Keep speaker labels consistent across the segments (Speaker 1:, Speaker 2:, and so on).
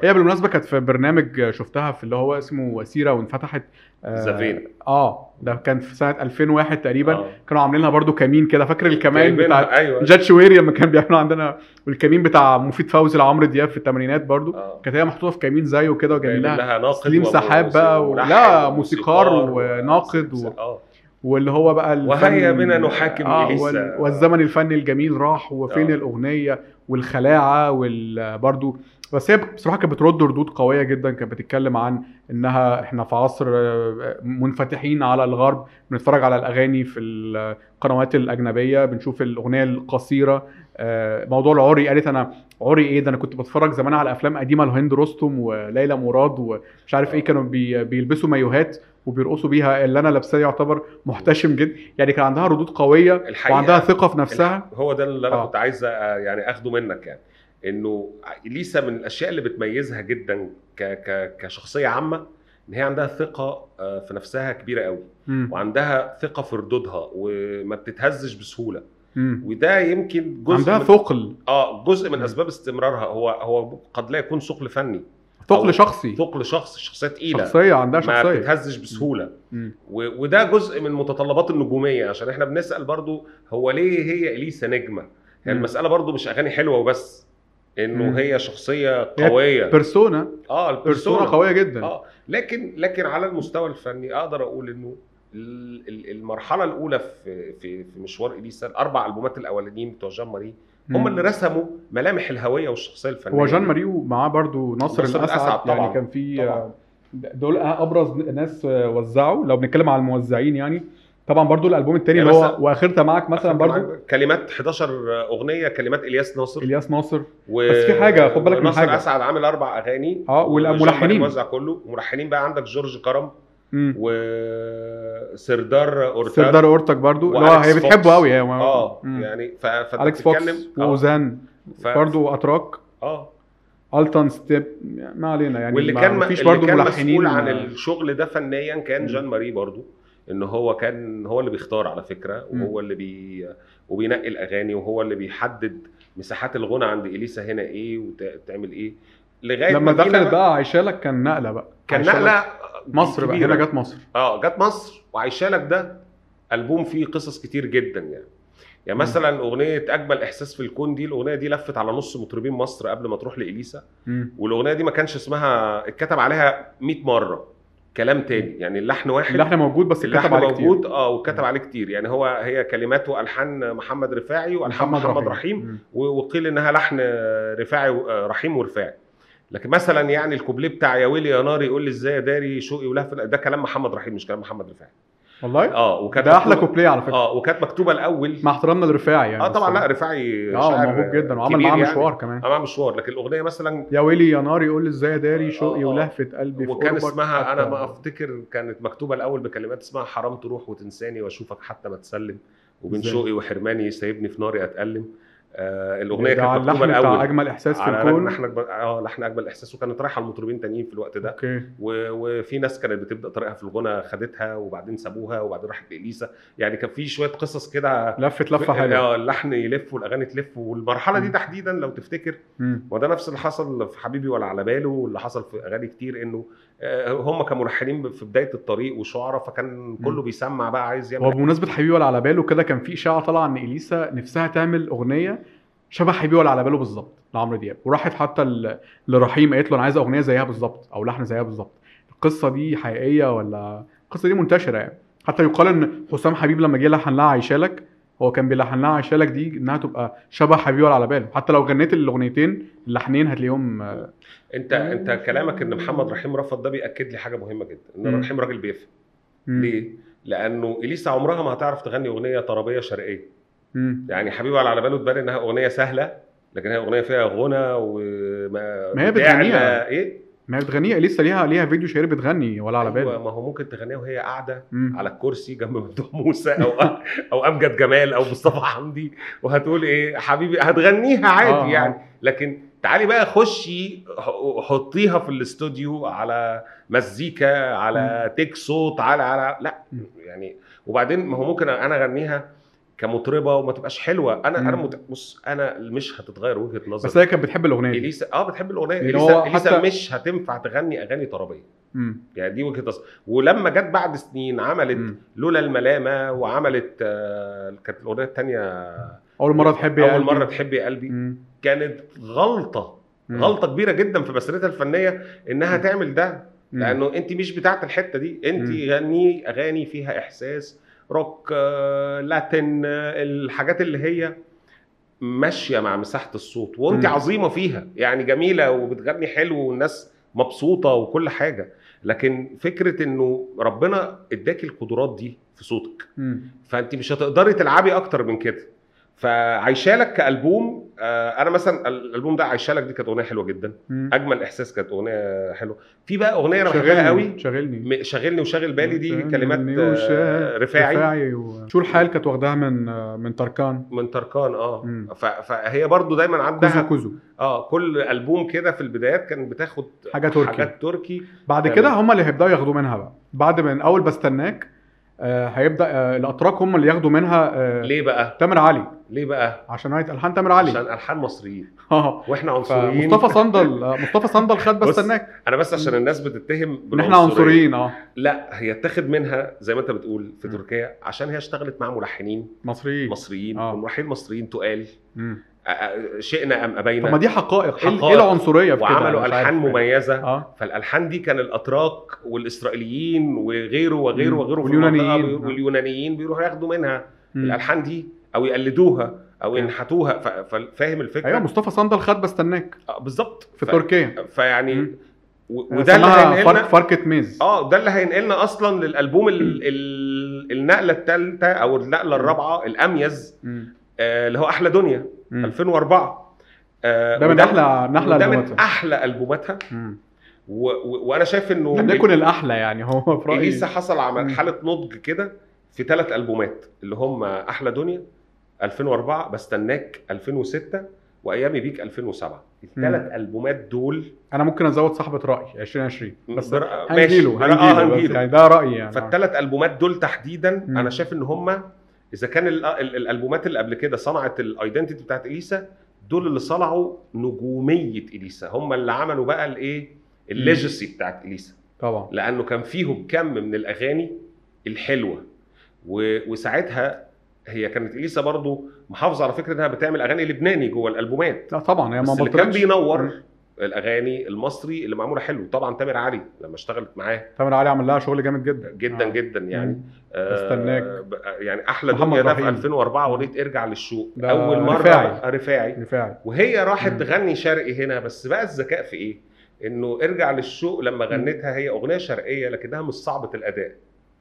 Speaker 1: هي بالمناسبه كانت في برنامج شفتها في اللي هو اسمه وسيره وانفتحت.
Speaker 2: زافين.
Speaker 1: ده كان في سنه 2001 تقريبا. كانوا عاملينها برضو كمين كده، فاكر الكمان بتاع
Speaker 2: أيوة.
Speaker 1: جاد شويري لما كان بيعملوا عندنا، والكمين بتاع مفيد فوزي لعمرو دياب في الثمانينات برضو كانت هي محطوطه في كمين زيه كده، وجايبين لها سليم سحاب بقى لا موسيقار وناقد واللي هو بقى
Speaker 2: وهيا بنا نحاكم إليسا
Speaker 1: والزمن الفني الجميل راح وفين الأغنية والخلاعة برضو. بس هي بصراحة كانت بترد ردود قوية جدا، كانت بتتكلم عن انها احنا في عصر منفتحين على الغرب، بنتفرج على الأغاني في القنوات الأجنبية، بنشوف الأغنية القصيرة. موضوع العري، قالت انا عري ايه ده، انا كنت بتفرج زمان على افلام قديمه لهند رستم وليلى مراد ومش عارف ايه، كانوا بيلبسوا مايوهات وبيرقصوا بيها، اللي انا لابساه يعتبر محتشم جدا. يعني كان عندها ردود قويه وعندها ثقه في نفسها.
Speaker 2: هو ده اللي انا كنت عايز يعني اخده منك، يعني انه إليسا من الاشياء اللي بتميزها جدا كشخصيه عامه ان هي عندها ثقه في نفسها كبيره قوي، وعندها ثقه في ردودها وما بتتهزش بسهوله. وده يمكن جزء
Speaker 1: عندها ثقل،
Speaker 2: جزء من اسباب استمرارها. هو قد لا يكون ثقل فني،
Speaker 1: ثقل شخصي،
Speaker 2: شخصيه تقيله،
Speaker 1: شخصيه عندها شخصيه
Speaker 2: ما بتتهزش بسهوله. وده جزء من متطلبات النجوميه، عشان احنا بنسال برضو هو ليه هي إليسا نجمه. يعني المساله برضو مش اغاني حلوه وبس، انه هي شخصيه قويه،
Speaker 1: بيرسونا.
Speaker 2: البيرسونا
Speaker 1: قويه جدا.
Speaker 2: لكن على المستوى الفني اقدر اقول انه المرحله الاولى في مشوار إليسا، الاربع البومات الاولانيين بتوع جان ماري هم اللي رسموا ملامح الهويه والشخصيه الفنيه.
Speaker 1: هو جان ماري ومعاه برضو ناصر الاسعد
Speaker 2: طبعا.
Speaker 1: يعني كان في دول ابرز ناس وزعوا. لو بنتكلم على الموزعين يعني طبعا برضو الالبوم الثاني اللي هو واخرتها معك مثلا برضو
Speaker 2: كلمات 11 اغنيه، كلمات الياس ناصر
Speaker 1: بس في حاجه خد بالك من حاجه،
Speaker 2: ناصر اسعد عامل 4 اغاني
Speaker 1: والملحنين
Speaker 2: موزع كله ملحنين بقى. عندك جورج كرم وسردار اورتاك برضو
Speaker 1: اللي هو هي بتحبه قوي هي
Speaker 2: يعني
Speaker 1: أليكس فوكس ووزان برضو اتراك التون ستيب ما علينا يعني.
Speaker 2: واللي كان مفيش برضو ملحنين عن الشغل ده فنيا كان جان ماري برضو، انه هو كان هو اللي بيختار على فكره، وهو اللي وبينقي الاغاني، وهو اللي بيحدد مساحات الغنى عند إليسا هنا ايه وتعمل ايه. لغايه
Speaker 1: لما دخلت بقى عايشالك كان نقله بقى،
Speaker 2: كان نقله
Speaker 1: مصر بقى، هنا جت مصر.
Speaker 2: جت مصر. وعايشالك ده البوم فيه قصص كتير جدا يعني مثلا اغنيه اجمل احساس في الكون دي، الاغنيه دي لفت على نص مطربين مصر قبل ما تروح لإليسا. والاغنيه دي ما كانش اسمها، اتكتب عليها 100 مره كلام تاني، يعني اللحن واحد،
Speaker 1: اللحن موجود بس
Speaker 2: الكتب عليه موجود واتكتب عليه كتير. يعني هي كلمات والحان محمد رفاعي والحان محمد رحيم وقيل انها لحن رفاعي رحيم ورفاعي. لكن مثلا يعني الكوبليه بتاع يا ويلي يا ناري يقول لي ازاي داري شوقي ولهف، ده كلام محمد رحيم مش كلام محمد رفاعي
Speaker 1: والله. وكانت ده احلى كوبليه على فكره.
Speaker 2: وكانت مكتوبه الاول
Speaker 1: مع احترامنا لرفاعي يعني.
Speaker 2: طبعا لا رفاعي
Speaker 1: موهوب جدا وعمل معاه مشوار كمان.
Speaker 2: عمل مشوار. لكن الاغنيه مثلا
Speaker 1: يا ويلي يا ناري يقول لي ازاي داري شوقي ولهفه قلبي في
Speaker 2: وكان اسمها انا ما افتكر كانت مكتوبه الاول بكلمات اسمها حرام تروح وتنساني واشوفك حتى ما تسلم، وبين شوقي وحرماني يسيبني في ناري اتألم. الاغنيه كانت مكتوبه الاول
Speaker 1: اجمل احساس في الكون،
Speaker 2: لحن اجمل احساس، وكانت رايحه لمطربين تانيين في الوقت ده. وفي ناس كانت بتبدا طريقها في الغنى خدتها وبعدين سابوها وبعدين راحت لإليسا. يعني كان في شويه قصص كده
Speaker 1: لفه حلوه،
Speaker 2: اللحن يلف والاغاني تلف. والمرحله دي تحديدا لو تفتكر وده نفس اللي حصل في حبيبي ولا على باله، واللي حصل في اغاني كتير، انه هم كملحنين في بدايه الطريق وشعراء، فكان كله بيسمع بقى عايز يعمل.
Speaker 1: وبمناسبه حبيبي ولا على باله كده، كان في اشاعه طالعه ان إليسا نفسها تعمل اغنيه شبه حبيبي ولا على باله بالظبط لعمرو دياب، وراحت حتى لرحيم قالت له انا عايزه اغنيه زيها بالظبط او لحن زيها بالظبط. القصه دي حقيقيه ولا القصه دي منتشره يعني؟ حتى يقال ان حسام حبيب لما جه لحن لها عايشالك، هو كان بيلحن لها عايشالك دي انها تبقى شبه حبيبي ولا على باله. حتى لو غنيت الاغنيتين اللحنين هتلاقيهم
Speaker 2: انت كلامك ان محمد رحيم رفض ده بياكد لي حاجه مهمه جدا، ان رحيم راجل بيفهم. ليه؟ لانه إليسا عمرها ما هتعرف تغني اغنيه طربيه شرقيه. يعني حبيبي على باله تبان انها اغنيه سهله، لكن هي اغنيه فيها غنى وما
Speaker 1: هي بتغنيها
Speaker 2: ايه،
Speaker 1: ما هي بتغنيها لسه ليها فيديو شهير بتغني ولا على باله.
Speaker 2: ما هو ممكن تغنيها وهي قاعده على الكرسي جنب ممدوح موسى او امجد جمال او مصطفى حمدي، وهتقول ايه حبيبي، هتغنيها عادي يعني. لكن تعالي بقى خشي حطيها في الاستوديو على مزيكا على تيك صوت على لا يعني. وبعدين ما هو ممكن انا اغنيها كمطربه وما تبقاش حلوه. بص انا مش هتتغير وجهه نظري،
Speaker 1: بس هي كانت بتحب الاغنيه دي.
Speaker 2: اليسا بتحب الاغنيه.
Speaker 1: يعني
Speaker 2: اليسا مش هتنفع تغني اغاني طربيه. يعني دي وجهه نظري. ولما جت بعد سنين عملت لولا الملامه، وعملت كانت الاغنيه الثانيه اول مره تحبي يا قلبي. كانت غلطه كبيره جدا في مسيرتها الفنيه انها تعمل ده، لانه انت مش بتاعت الحته دي. انت غني اغاني فيها احساس، روك، لاتين، الحاجات اللي هي ماشيه مع مساحه الصوت، وانت عظيمه فيها يعني، جميله وبتغني حلو والناس مبسوطه وكل حاجه. لكن فكره انه ربنا اداكي القدرات دي في صوتك، فانت مش هتقدري تلعبي اكتر من كده. فعايشالك كالبوم، انا مثلا الالبوم ده عايشالك دي كانت اغنيه حلوه جدا. اجمل احساس كانت اغنيه حلوه. في بقى اغنيه انا بحبها قوي، شغلني وشاغل بالي، دي كلمات رفاعي
Speaker 1: شو الحال كانت واخداها من تركان.
Speaker 2: فهي برضو دايما عندها
Speaker 1: كوزو.
Speaker 2: كل البوم كده في البدايات كان بتاخد حاجات تركي.
Speaker 1: بعد كده هم اللي هيبداوا ياخدوا منها بقى، بعد من اول بستناك هيبدا الاتراك هم اللي ياخدوا منها.
Speaker 2: ليه بقى؟
Speaker 1: تامر علي.
Speaker 2: ليه بقى؟
Speaker 1: عشان هي الحان تامر علي،
Speaker 2: عشان الحان مصريين واحنا عنصريين.
Speaker 1: مصطفى صندل خد بستناك.
Speaker 2: انا بس عشان الناس بتتهم
Speaker 1: ان احنا عنصريين.
Speaker 2: لا، هي اتاخد منها زي ما انت بتقول في تركيا، عشان هي اشتغلت مع ملحنين مصريين وملحنين مصريين تقال. شئنا ام ابينا.
Speaker 1: طب ما دي حقائق. ايه العنصريه في كده؟
Speaker 2: وعملوا الحان مميزه. فالالحان دي كان الاتراك والاسرائيليين وغيره واليونانيين بيروحوا ياخدوا منها الالحان دي او يقلدوها او ينحتوها. فاهم الفكره؟
Speaker 1: ايوه، مصطفى صندل خد بستناك
Speaker 2: بالظبط
Speaker 1: في تركيا.
Speaker 2: فيعني وده اللي هينقلنا
Speaker 1: فرقه ميز.
Speaker 2: ده اللي هينقلنا اصلا للالبوم النقله الثالثه او النقله الرابعه الاميز، اللي هو احلى دنيا 2004.
Speaker 1: ده من
Speaker 2: احلى البوماتها. وانا شايف انه
Speaker 1: لم يكن الاحلى يعني. هو في رايي
Speaker 2: اليسا حصل على حاله نضج كده في 3 البومات اللي هم احلى دنيا 2004، بستناك 2006، وايامي بيك 2007. ال3 البومات دول
Speaker 1: انا ممكن ازود صاحبه راي 2020 بس
Speaker 2: هنجيله
Speaker 1: يعني ده رايي يعني.
Speaker 2: فال3 البومات دول تحديدا انا شايف ان هم اذا كان الالبومات اللي قبل كده صنعت الايدنتيتي بتاعت اليسا، دول اللي صنعوا نجوميه اليسا، هم اللي عملوا بقى الايه الليجاسي بتاعت اليسا
Speaker 1: طبعا،
Speaker 2: لانه كان فيهم كم من الاغاني الحلوه. وساعتها هي كانت اليسا برضو محافظه على فكره انها بتعمل اغاني لبناني جوه الالبومات.
Speaker 1: لا طبعا هي ما
Speaker 2: اللي كان بينور الاغاني المصري اللي معموله حلو طبعا تامر علي. لما اشتغلت معاه
Speaker 1: تامر علي عمل لها شغل جامد جدا
Speaker 2: جدا جدا يعني.
Speaker 1: استناك
Speaker 2: يعني احلى دنيا ده في 2004 اغنيه ارجع للشوق اول مره. رفاعي. وهي راحت تغني شرقي هنا، بس بقى الذكاء في ايه؟ انه ارجع للشوق لما غنتها هي اغنيه شرقيه لكنها مش صعبه الاداء.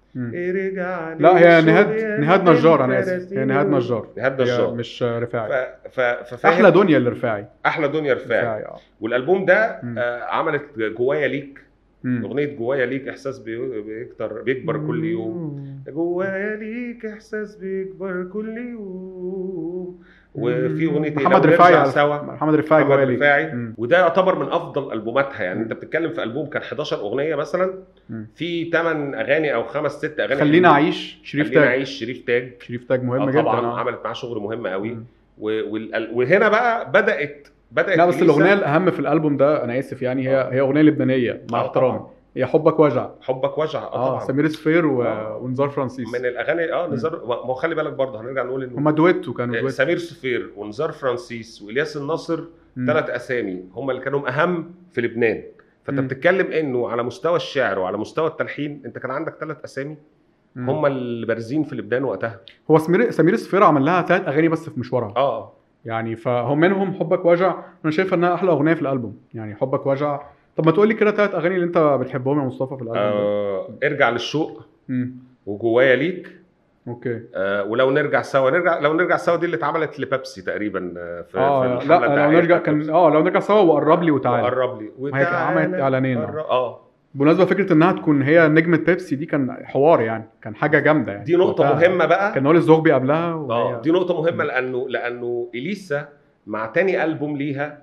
Speaker 1: لا هي نهاد نجار. انا اسف، هي نهاد نجار مش رفاعي. احلى دنيا لرفاعي.
Speaker 2: احلى دنيا رفاعي. والالبوم ده عملت جوايا ليك. اغنيه جوايا ليك احساس بيكبر كل يوم. جوايا ليك احساس بيكبر كل يوم. وفي اغنيه
Speaker 1: محمد رفاعي
Speaker 2: جوايا ليك. وده يعتبر من افضل البوماتها يعني. انت بتتكلم في البوم كان 11 اغنيه مثلا، في 8 اغاني او 5 6 اغاني.
Speaker 1: خلينا اعيش
Speaker 2: شريف تاج
Speaker 1: مهم جدا.
Speaker 2: طبعا عملت معاه شغل مهم قوي. وهنا بقى بدات
Speaker 1: لا بس الاغنيه الاهم في الالبوم ده انا اسف يعني هي اغنيه لبنانيه مع احترامي، هي حبك وجع.
Speaker 2: طبعا
Speaker 1: سمير سفير ونزار فرانسيس
Speaker 2: من الاغاني. نزار، ما خلي بالك برضه هنرجع نقول انه
Speaker 1: هم دويتو كانوا
Speaker 2: سمير سفير ونزار فرانسيس والياس الناصر 3 اسامي هم اللي كانوا اهم في لبنان. فانت بتتكلم انه على مستوى الشعر وعلى مستوى التلحين انت كان عندك 3 اسامي هم اللي بارزين في لبنان وقتها.
Speaker 1: هو سمير سفير عمل لها 3 اغاني بس في مشوارها يعني، فهم منهم حبك وجع. انا شايف انها احلى اغنيه في الالبوم يعني حبك وجع. طب ما تقول لي كده 3 اغاني اللي انت بتحبهم يا مصطفى في الالبوم ده.
Speaker 2: ارجع للشوق وجوايا ليك.
Speaker 1: اوكي.
Speaker 2: ولو نرجع سوا دي اللي اتعملت لبيبسي تقريبا في
Speaker 1: لا لو نرجع كان لو نرجع سوا وقرب لي
Speaker 2: وتعالى
Speaker 1: هي عملت اعلانين. بالنسبه فكره انها تكون هي نجمه بيبسي دي كان حوار يعني، كان حاجه جامده يعني.
Speaker 2: دي نقطه مهمه بقى.
Speaker 1: كان نقول الزوغبي قبلها
Speaker 2: دي نقطه مهمه لانه اليسا مع تاني ألبوم ليها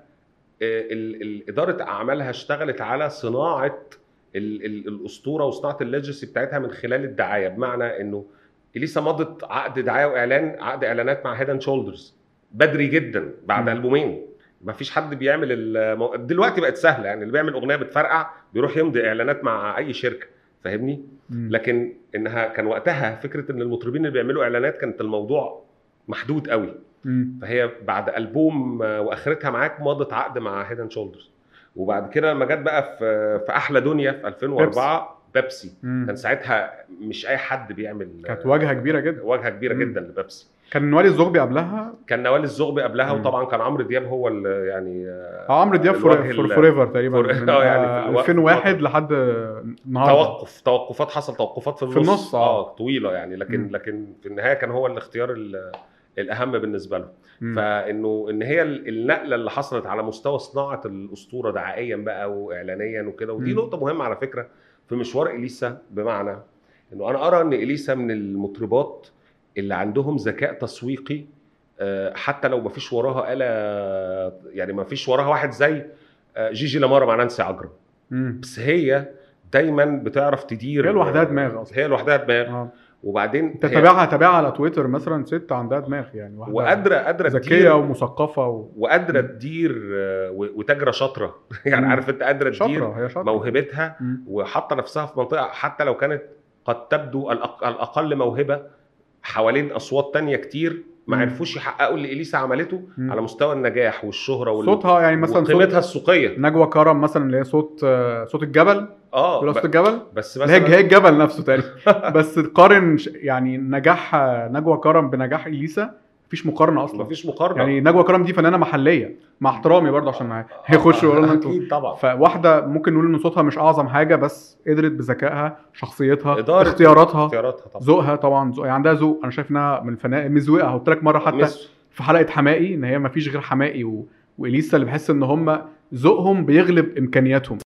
Speaker 2: إدارة أعمالها اشتغلت على صناعة الأسطورة وصناعة الليجسي بتاعتها من خلال الدعاية. بمعنى إنه اليسا مضت عقد دعايه واعلان، عقد اعلانات مع هيد اند شولدرز بدري جدا بعد ألبومين. ما فيش حد بيعمل دلوقتي بقت سهله، يعني اللي بيعمل اغنيه بتفرقع بيروح يمضي اعلانات مع اي شركه، فاهمني؟ لكن انها كان وقتها فكره ان المطربين اللي بيعملوا اعلانات كانت الموضوع محدود قوي. فهي بعد ألبوم واخرتها معاك مضت عقد مع هيد اند شولدرز. وبعد كده لما جت بقى في احلى دنيا في 2004 بيبسي كان ساعتها مش اي حد بيعمل،
Speaker 1: كانت واجهه كبيره جدا،
Speaker 2: واجهه كبيره جدا لبيبسي.
Speaker 1: كان نوال الزغبي قبلها،
Speaker 2: كان نوال الزغبي قبلها، وطبعا كان عمرو دياب هو يعني
Speaker 1: عمرو دياب فوريفر تقريبا من
Speaker 2: يعني
Speaker 1: 2001 لحد النهارده.
Speaker 2: توقفات حصل توقفات في النص طويله يعني، لكن في النهايه كان هو الاختيار الاهم بالنسبه له. فانه ان هي النقله اللي حصلت على مستوى صناعه الاسطوره دعائيا بقى واعلانيا وكده، ودي نقطه مهمه على فكره في مشوار اليسا، بمعنى انه انا ارى ان اليسا من المطربات اللي عندهم ذكاء تسويقي، حتى لو ما فيش وراها يعني ما فيش وراها واحد زي جيجي لامارا مع نانسي عجرم، بس هي دايما بتعرف تدير،
Speaker 1: هي لوحدها دماغ اصلا،
Speaker 2: هي لوحدها دماغ. وبعدين
Speaker 1: تتابعها على تويتر مثلا، ست عندها دماغ يعني،
Speaker 2: وقادره
Speaker 1: ذكيه ومثقفه
Speaker 2: وقادره تدير وتجرى شاطره يعني عارف انت، قادره تدير موهبتها وحاطه نفسها في منطقه حتى لو كانت قد تبدو الاقل موهبه حوالين اصوات تانية كتير ما عرفوش يحققوا اللي اليسا عملته على مستوى النجاح والشهرة
Speaker 1: صوتها يعني مثلا
Speaker 2: قيمتها السوقيه.
Speaker 1: نجوى كرم مثلا اللي هي صوت الجبل، صوت الجبل،
Speaker 2: بس مثلا
Speaker 1: هي الجبل نفسه تقريبا بس تقارن يعني نجاح نجوى كرم بنجاح اليسا، مفيش مقارنه اصلا،
Speaker 2: مفيش مقارنه.
Speaker 1: يعني نجوى كرم دي فنانه محليه، مع احترامي برضه عشان هيخشوا يقولوا انتوا
Speaker 2: اكيد طبعا،
Speaker 1: فواحده ممكن نقول ان صوتها مش اعظم حاجه، بس قدرت بذكائها، شخصيتها، اختياراتها ذوقها طبعا، يعني عندها ذوق. انا شايف انها من الفنانين مزوقه. قلت لك مره حتى في حلقه حماقي ان هي مفيش غير حماقي واليسا اللي بحس ان هم ذوقهم بيغلب امكانياتهم.